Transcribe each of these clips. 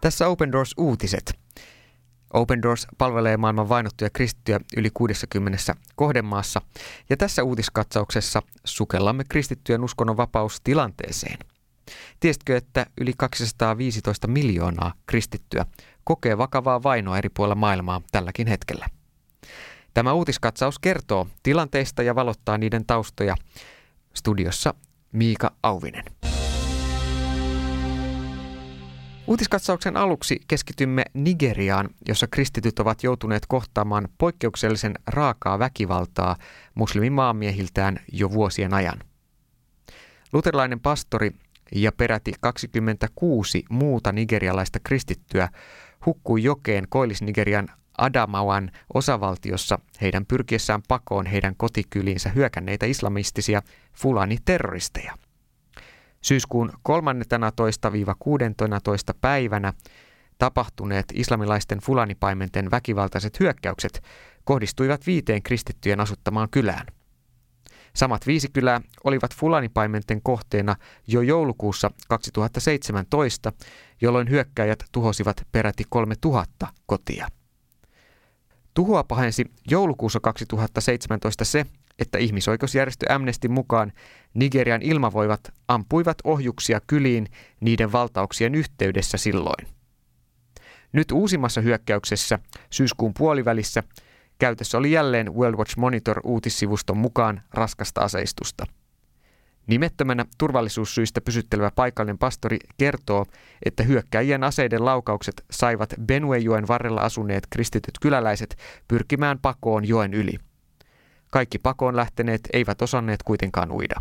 Tässä Open Doors-uutiset. Open Doors palvelee maailman vainottuja kristittyjä yli 60 kohdemaassa, ja tässä uutiskatsauksessa sukellamme kristittyjen uskonnonvapaustilanteeseen. Tiesitkö, että yli 215 miljoonaa kristittyä kokee vakavaa vainoa eri puolilla maailmaa tälläkin hetkellä? Tämä uutiskatsaus kertoo tilanteista ja valottaa niiden taustoja. Studiossa Miika Auvinen. Uutiskatsauksen aluksi keskitymme Nigeriaan, jossa kristityt ovat joutuneet kohtaamaan poikkeuksellisen raakaa väkivaltaa muslimimaamiehiltään jo vuosien ajan. Luterilainen pastori ja peräti 26 muuta nigerialaista kristittyä hukkui jokeen Koillis-Nigerian Adamawan osavaltiossa heidän pyrkiessään pakoon heidän kotikyliinsä hyökänneitä islamistisia Fulani-terroristeja. Syyskuun 13-16 päivänä tapahtuneet islamilaisten fulanipaimenten väkivaltaiset hyökkäykset kohdistuivat 5 kristittyjen asuttamaan kylään. Samat 5 kylää olivat fulanipaimenten kohteena jo joulukuussa 2017, jolloin hyökkäjät tuhosivat peräti 3000 kotia. Tuhoa pahensi joulukuussa 2017 se, että ihmisoikeusjärjestö Amnestyn mukaan Nigerian ilmavoimat ampuivat ohjuksia kyliin niiden valtauksien yhteydessä silloin. Nyt uusimmassa hyökkäyksessä syyskuun puolivälissä käytössä oli jälleen World Watch Monitor-uutissivuston mukaan raskasta aseistusta. Nimettömänä turvallisuussyistä pysyttelevä paikallinen pastori kertoo, että hyökkäjien aseiden laukaukset saivat Benuejoen varrella asuneet kristityt kyläläiset pyrkimään pakoon joen yli. Kaikki pakoon lähteneet eivät osanneet kuitenkaan uida.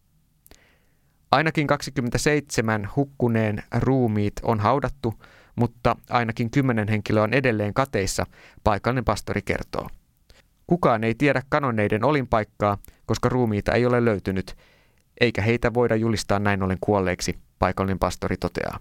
Ainakin 27 hukkuneen ruumiit on haudattu, mutta ainakin 10 henkilöä on edelleen kateissa, paikallinen pastori kertoo. Kukaan ei tiedä kanoneiden olinpaikkaa, koska ruumiita ei ole löytynyt, eikä heitä voida julistaa näin ollen kuolleiksi, paikallinen pastori toteaa.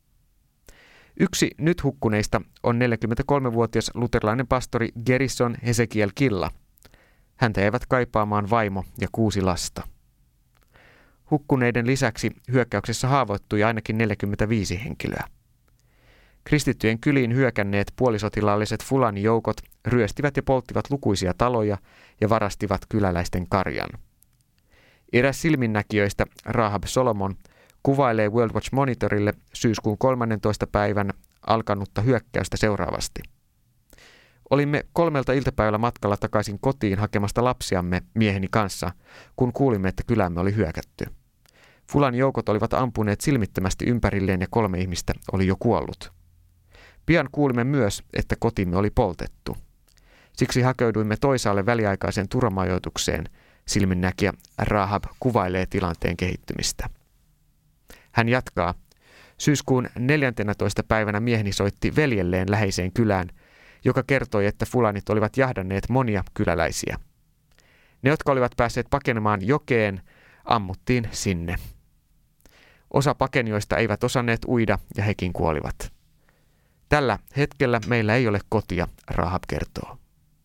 Yksi nyt hukkuneista on 43-vuotias luterilainen pastori Gerison Hesekiel Killa. Häntä eivät kaipaamaan vaimo ja 6 lasta. Hukkuneiden lisäksi hyökkäyksessä haavoittui ainakin 45 henkilöä. Kristittyjen kyliin hyökänneet puolisotilaalliset Fulani-joukot ryöstivät ja polttivat lukuisia taloja ja varastivat kyläläisten karjan. Eräs silminnäkijöistä, Rahab Solomon, kuvailee World Watch Monitorille syyskuun 13. päivän alkanutta hyökkäystä seuraavasti. Olimme 3 iltapäivällä matkalla takaisin kotiin hakemasta lapsiamme mieheni kanssa, kun kuulimme, että kylämme oli hyökätty. Fulan joukot olivat ampuneet silmittömästi ympärilleen ja 3 ihmistä oli jo kuollut. Pian kuulimme myös, että kotimme oli poltettu. Siksi hakeuduimme toisaalle väliaikaiseen turvamajoitukseen. Silminnäkijä Rahab kuvailee tilanteen kehittymistä. Hän jatkaa. Syyskuun 14. päivänä mieheni soitti veljelleen läheiseen kylään, joka kertoi, että fulanit olivat jahdanneet monia kyläläisiä. Ne, jotka olivat päässeet pakenemaan jokeen, ammuttiin sinne. Osa pakenijoista eivät osanneet uida ja hekin kuolivat. Tällä hetkellä meillä ei ole kotia, Rahab kertoo.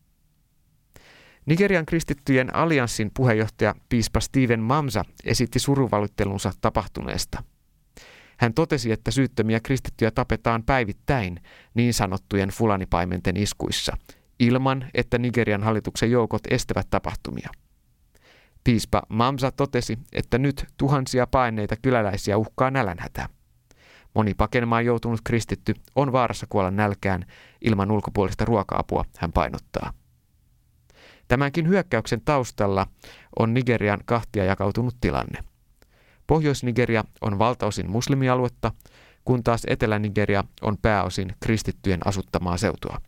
Nigerian kristittyjen allianssin puheenjohtaja piispa Stephen Mamsa esitti surunvalittelunsa tapahtuneesta. Hän totesi, että syyttömiä kristittyjä tapetaan päivittäin niin sanottujen fulanipaimenten iskuissa, ilman että Nigerian hallituksen joukot estävät tapahtumia. Piispa Mamsa totesi, että nyt tuhansia paineita kyläläisiä uhkaa nälänhätä. Moni pakenemaan joutunut kristitty on vaarassa kuolla nälkään ilman ulkopuolista ruoka-apua, hän painottaa. Tämänkin hyökkäyksen taustalla on Nigerian kahtia jakautunut tilanne. Pohjois-Nigeria on valtaosin muslimialuetta, kun taas Etelä-Nigeria on pääosin kristittyjen asuttamaa seutua.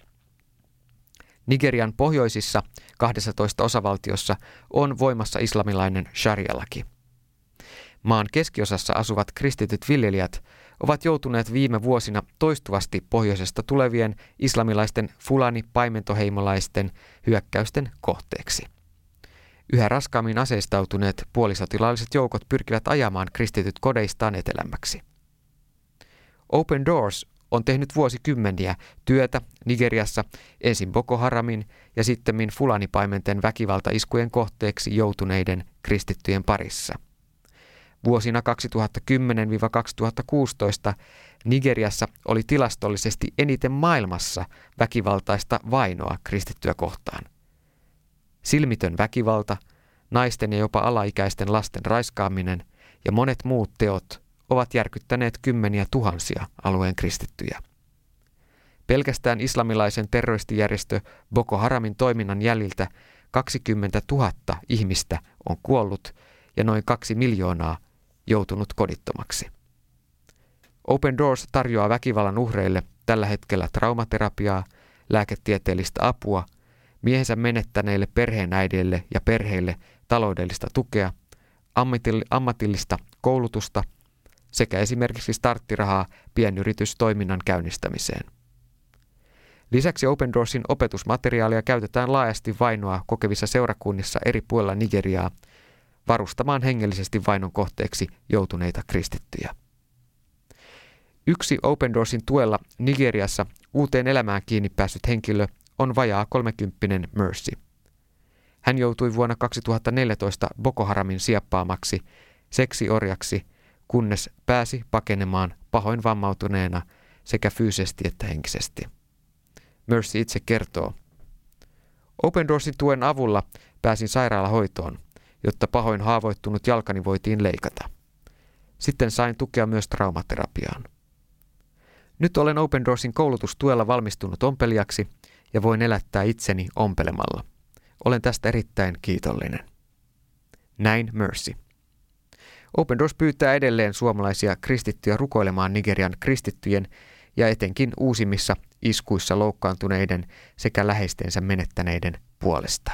Nigerian pohjoisissa 12 osavaltiossa on voimassa islamilainen sharia-laki. Maan keskiosassa asuvat kristityt viljelijät ovat joutuneet viime vuosina toistuvasti pohjoisesta tulevien islamilaisten fulani-paimentoheimolaisten hyökkäysten kohteeksi. Yhä raskaammin aseistautuneet puolisotilaalliset joukot pyrkivät ajamaan kristityt kodeistaan etelämmäksi. Open Doors on tehnyt vuosikymmeniä työtä Nigeriassa ensin Boko Haramin ja sittemmin fulanipaimenten väkivaltaiskujen kohteeksi joutuneiden kristittyjen parissa. Vuosina 2010–2016 Nigeriassa oli tilastollisesti eniten maailmassa väkivaltaista vainoa kristittyä kohtaan. Silmitön väkivalta, naisten ja jopa alaikäisten lasten raiskaaminen ja monet muut teot ovat järkyttäneet kymmeniä tuhansia alueen kristittyjä. Pelkästään islamilaisen terroristijärjestö Boko Haramin toiminnan jäljiltä 20 000 ihmistä on kuollut ja noin 2 miljoonaa joutunut kodittomaksi. Open Doors tarjoaa väkivallan uhreille tällä hetkellä traumaterapiaa, lääketieteellistä apua, miehensä menettäneille perheenäideille ja perheille taloudellista tukea, ammatillista koulutusta sekä esimerkiksi starttirahaa pienyritystoiminnan käynnistämiseen. Lisäksi Open Doorsin opetusmateriaalia käytetään laajasti vainoa kokevissa seurakunnissa eri puolilla Nigeriaa varustamaan hengellisesti vainon kohteeksi joutuneita kristittyjä. Yksi Open Doorsin tuella Nigeriassa uuteen elämään kiinni päässyt henkilö on vajaa 30 Mercy. Hän joutui vuonna 2014 Boko Haramin sieppaamaksi seksiorjaksi, kunnes pääsi pakenemaan pahoin vammautuneena sekä fyysisesti että henkisesti. Mercy itse kertoo: Open Doorsin tuen avulla pääsin sairaalahoitoon, jotta pahoin haavoittunut jalkani voitiin leikata. Sitten sain tukea myös traumaterapiaan. Nyt olen Open Doorsin koulutustuella valmistunut ompelijaksi ja voin elättää itseni ompelemalla. Olen tästä erittäin kiitollinen. Näin Mercy. Open Doors pyytää edelleen suomalaisia kristittyjä rukoilemaan Nigerian kristittyjen ja etenkin uusimmissa iskuissa loukkaantuneiden sekä läheistensä menettäneiden puolesta.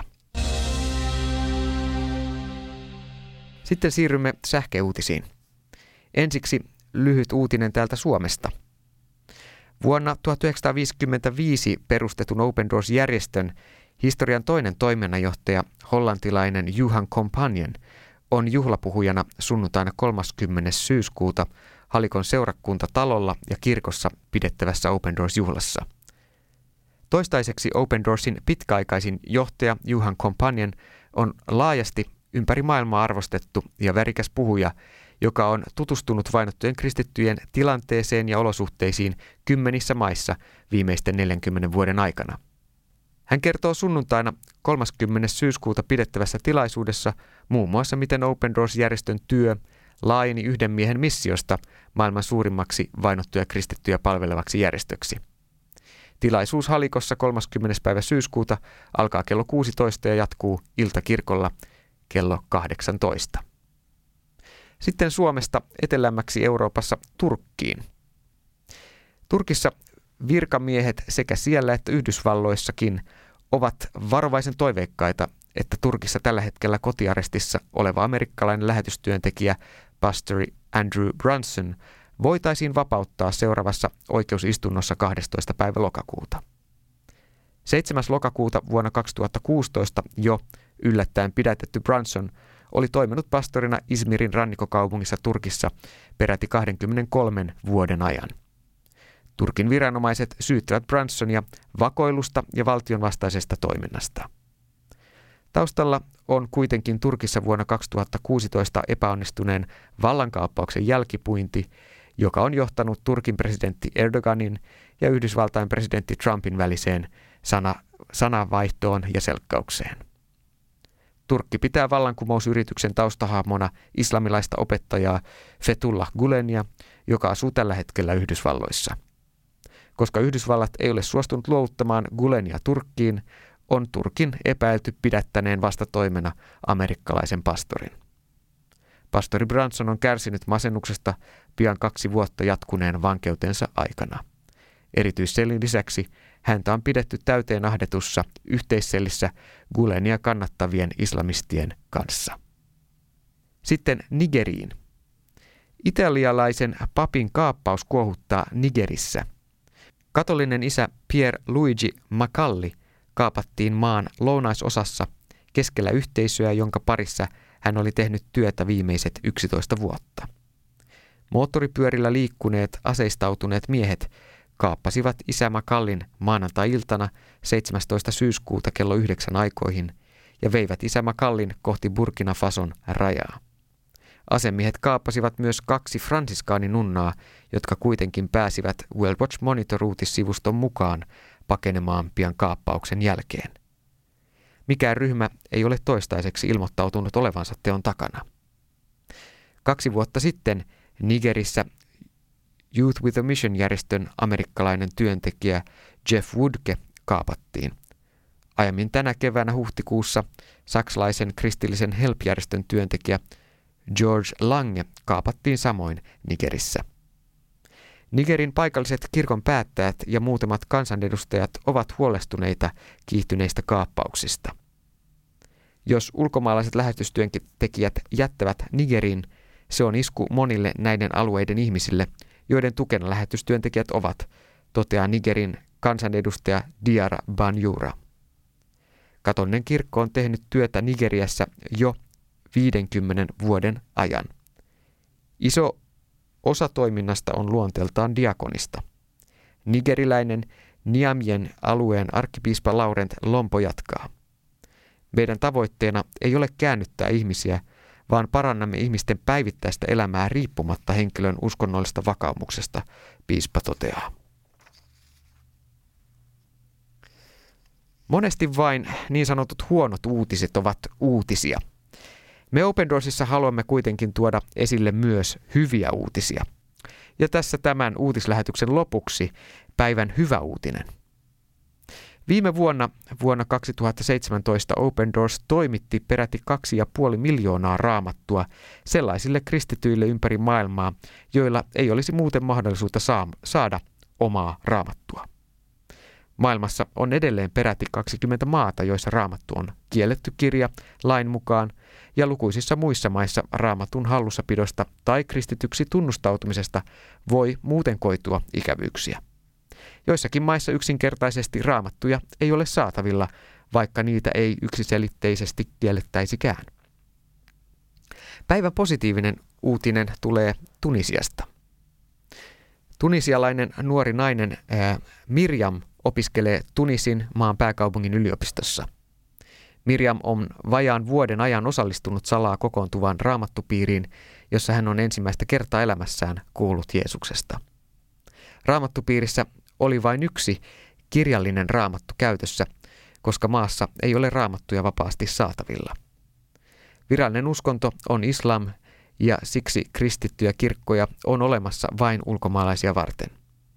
Sitten siirrymme sähköuutisiin. Ensiksi lyhyt uutinen täältä Suomesta. Vuonna 1955 perustetun Open Doors-järjestön historian toinen toiminnanjohtaja, hollantilainen Johan Companion, on juhlapuhujana sunnuntaina 30. syyskuuta Halikon seurakuntatalolla ja kirkossa pidettävässä Open Doors-juhlassa. Toistaiseksi Open Doorsin pitkäaikaisin johtaja Johan Companion on laajasti ympäri maailmaa arvostettu ja värikäs puhuja, joka on tutustunut vainottujen kristittyjen tilanteeseen ja olosuhteisiin kymmenissä maissa viimeisten 40 vuoden aikana. Hän kertoo sunnuntaina 30. syyskuuta pidettävässä tilaisuudessa muun muassa, miten Open Doors-järjestön työ laajeni yhden miehen missiosta maailman suurimmaksi vainottuja kristittyjä palvelevaksi järjestöksi. Tilaisuus Halikossa 30. päivä syyskuuta alkaa kello 16 ja jatkuu iltakirkolla kello 18. Sitten Suomesta etelämmäksi Euroopassa Turkkiin. Turkissa virkamiehet sekä siellä että Yhdysvalloissakin ovat varovaisen toiveikkaita, että Turkissa tällä hetkellä kotiarestissa oleva amerikkalainen lähetystyöntekijä pastori Andrew Brunson voitaisiin vapauttaa seuraavassa oikeusistunnossa 12. päivä lokakuuta. 7. lokakuuta vuonna 2016 jo yllättäen pidätetty Brunson oli toiminut pastorina Izmirin rannikkokaupungissa Turkissa peräti 23 vuoden ajan. Turkin viranomaiset syyttävät Brunsonia vakoilusta ja valtionvastaisesta toiminnasta. Taustalla on kuitenkin Turkissa vuonna 2016 epäonnistuneen vallankaappauksen jälkipuinti, joka on johtanut Turkin presidentti Erdoganin ja Yhdysvaltain presidentti Trumpin väliseen sananvaihtoon ja selkkaukseen. Turkki pitää vallankumousyrityksen taustahahmona islamilaista opettajaa Fethullah Gülenia, joka asuu tällä hetkellä Yhdysvalloissa. Koska Yhdysvallat ei ole suostunut luovuttamaan Gülenia Turkkiin, on Turkin epäilty pidättäneen vastatoimena amerikkalaisen pastorin. Pastori Brunson on kärsinyt masennuksesta pian 2 vuotta jatkuneen vankeutensa aikana. Erityissellin lisäksi häntä on pidetty täyteen ahdetussa yhteissellissä Gülenia kannattavien islamistien kanssa. Sitten Nigeriin. Italialaisen papin kaappaus kuohuttaa Nigerissä. Katolinen isä Pier Luigi Macalli kaapattiin maan lounaisosassa keskellä yhteisöä, jonka parissa hän oli tehnyt työtä viimeiset 11 vuotta. Moottoripyörillä liikkuneet aseistautuneet miehet kaappasivat isä Macallin maanantai-iltana 17. syyskuuta kello 9 aikoihin ja veivät isä Macallin kohti Burkina Fason rajaa. Asemiehet kaappasivat myös 2 fransiskaaninunnaa, jotka kuitenkin pääsivät World Watch Monitor-uutissivuston mukaan pakenemaan pian kaappauksen jälkeen. Mikään ryhmä ei ole toistaiseksi ilmoittautunut olevansa teon takana. 2 vuotta sitten Nigerissä Youth with a Mission-järjestön amerikkalainen työntekijä Jeff Woodke kaapattiin. Aiemmin tänä keväänä huhtikuussa saksalaisen kristillisen Help-järjestön työntekijä George Lange kaapattiin samoin Nigerissä. Nigerin paikalliset kirkon päättäjät ja muutamat kansanedustajat ovat huolestuneita kiihtyneistä kaappauksista. Jos ulkomaalaiset lähetystyöntekijät jättävät Nigerin, se on isku monille näiden alueiden ihmisille, joiden tukena lähetystyöntekijät ovat, toteaa Nigerin kansanedustaja Diarra Banjura. Katolinen kirkko on tehnyt työtä Nigeriassa jo 50 vuoden ajan. Iso osa toiminnasta on luonteeltaan diakonista. Nigeriläinen Niamien alueen arkkipiispa Laurent Lompo jatkaa. Meidän tavoitteena ei ole käännyttää ihmisiä, vaan parannamme ihmisten päivittäistä elämää riippumatta henkilön uskonnollisesta vakaumuksesta, piispa toteaa. Monesti vain niin sanotut huonot uutiset ovat uutisia. Me Open Doorsissa haluamme kuitenkin tuoda esille myös hyviä uutisia. Ja tässä tämän uutislähetyksen lopuksi päivän hyvä uutinen. Viime vuonna 2017 Open Doors toimitti peräti 2,5 miljoonaa raamattua sellaisille kristityille ympäri maailmaa, joilla ei olisi muuten mahdollisuutta saada omaa raamattua. Maailmassa on edelleen peräti 20 maata, joissa raamattu on kielletty kirja lain mukaan, ja lukuisissa muissa maissa raamatun hallussapidosta tai kristityksi tunnustautumisesta voi muuten koitua ikävyyksiä. Joissakin maissa yksinkertaisesti raamattuja ei ole saatavilla, vaikka niitä ei yksiselitteisesti kiellettäisikään. Päivän positiivinen uutinen tulee Tunisiasta. Tunisialainen nuori nainen Miriam opiskelee Tunisin maan pääkaupungin yliopistossa. Miriam on vajaan vuoden ajan osallistunut salaa kokoontuvaan raamattupiiriin, jossa hän on ensimmäistä kertaa elämässään kuullut Jeesuksesta. Raamattupiirissä oli vain yksi kirjallinen raamattu käytössä, koska maassa ei ole raamattuja vapaasti saatavilla. Virallinen uskonto on islam ja siksi kristittyjä kirkkoja on olemassa vain ulkomaalaisia varten.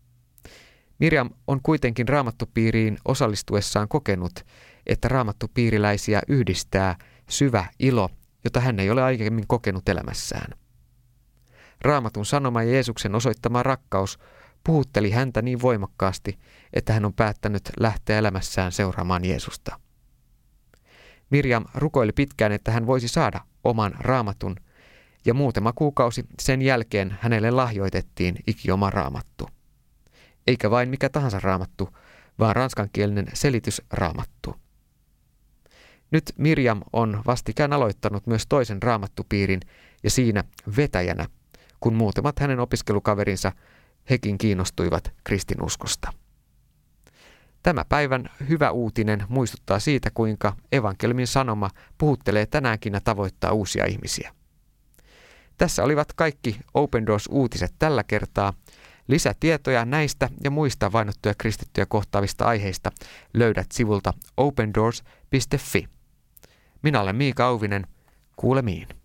Miriam on kuitenkin raamattupiiriin osallistuessaan kokenut, että raamattupiiriläisiä yhdistää syvä ilo, jota hän ei ole aiemmin kokenut elämässään. Raamatun sanoma ja Jeesuksen osoittama rakkaus puhutteli häntä niin voimakkaasti, että hän on päättänyt lähteä elämässään seuraamaan Jeesusta. Miriam rukoili pitkään, että hän voisi saada oman raamatun, ja muutama kuukausi sen jälkeen hänelle lahjoitettiin ikioma raamattu. Eikä vain mikä tahansa raamattu, vaan ranskankielinen selitysraamattu. Nyt Miriam on vastikään aloittanut myös toisen raamattupiirin ja siinä vetäjänä, kun muutamat hänen opiskelukaverinsa hekin kiinnostuivat kristinuskosta. Tämä päivän hyvä uutinen muistuttaa siitä, kuinka evankeliumin sanoma puhuttelee tänäänkin ja tavoittaa uusia ihmisiä. Tässä olivat kaikki Open Doors-uutiset tällä kertaa. Lisätietoja näistä ja muista vainottuja kristittyjä kohtaavista aiheista löydät sivulta opendoors.fi. Minä olen Miika Auvinen. Kuulemiin.